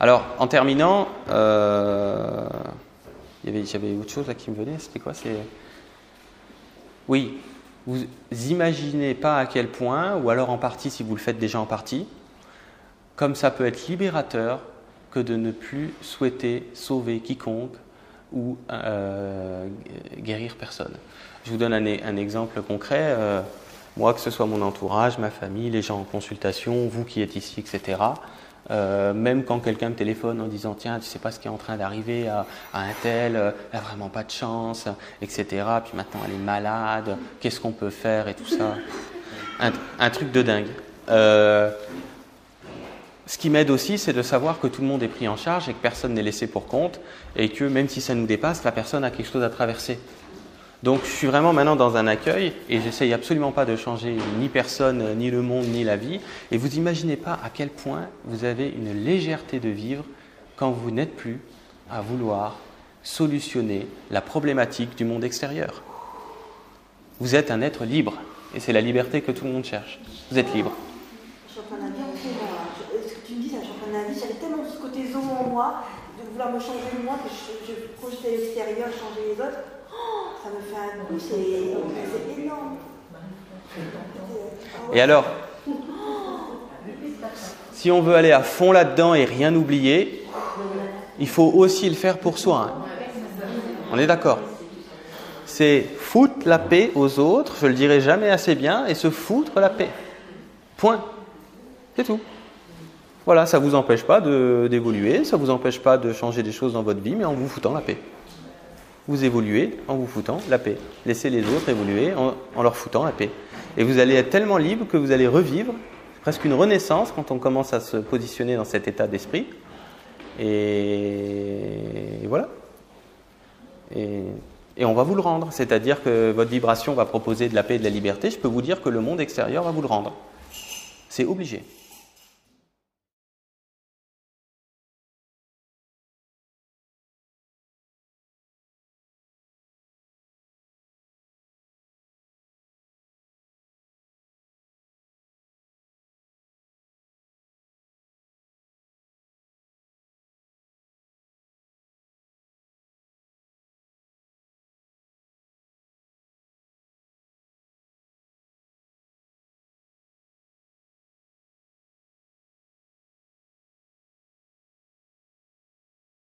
Alors, en terminant, j'avais autre chose là qui me venait, c'était quoi? Oui, vous imaginez pas à quel point, ou alors en partie si vous le faites déjà en partie, comme ça peut être libérateur que de ne plus souhaiter sauver quiconque ou guérir personne. Je vous donne un exemple concret. Moi, que ce soit mon entourage, ma famille, les gens en consultation, vous qui êtes ici, etc. Même quand quelqu'un me téléphone en disant « Tiens, tu sais pas ce qui est en train d'arriver à un tel, elle n'a vraiment pas de chance, etc. Puis maintenant, elle est malade, qu'est-ce qu'on peut faire ?» et tout ça. Un truc de dingue. Ce qui m'aide aussi, c'est de savoir que tout le monde est pris en charge et que personne n'est laissé pour compte et que même si ça nous dépasse, la personne a quelque chose à traverser. Donc je suis vraiment maintenant dans un accueil et j'essaye absolument pas de changer ni personne, ni le monde, ni la vie. Et vous imaginez pas à quel point vous avez une légèreté de vivre quand vous n'êtes plus à vouloir solutionner la problématique du monde extérieur. Vous êtes un être libre et c'est la liberté que tout le monde cherche. Vous êtes libre. Je suis en train d'inviter ce que tu me dis, je suis en train d'inviter, j'avais tellement ce côté zoom en moi, de vouloir me changer moi, que je projetais l'extérieur, changer les autres. Oh, ça me fait un coup, c'est énorme. Et alors, si on veut aller à fond là-dedans et rien oublier, il faut aussi le faire pour soi. Hein. On est d'accord? C'est foutre la paix aux autres, je le dirai jamais assez bien, et se foutre la paix. Point. C'est tout. Voilà, ça ne vous empêche pas d'évoluer, ça ne vous empêche pas de changer des choses dans votre vie, mais en vous foutant la paix. Vous évoluez en vous foutant la paix. Laissez les autres évoluer en leur foutant la paix. Et vous allez être tellement libre que vous allez revivre presque une renaissance quand on commence à se positionner dans cet état d'esprit. Et voilà. Et on va vous le rendre. C'est-à-dire que votre vibration va proposer de la paix et de la liberté. Je peux vous dire que le monde extérieur va vous le rendre. C'est obligé.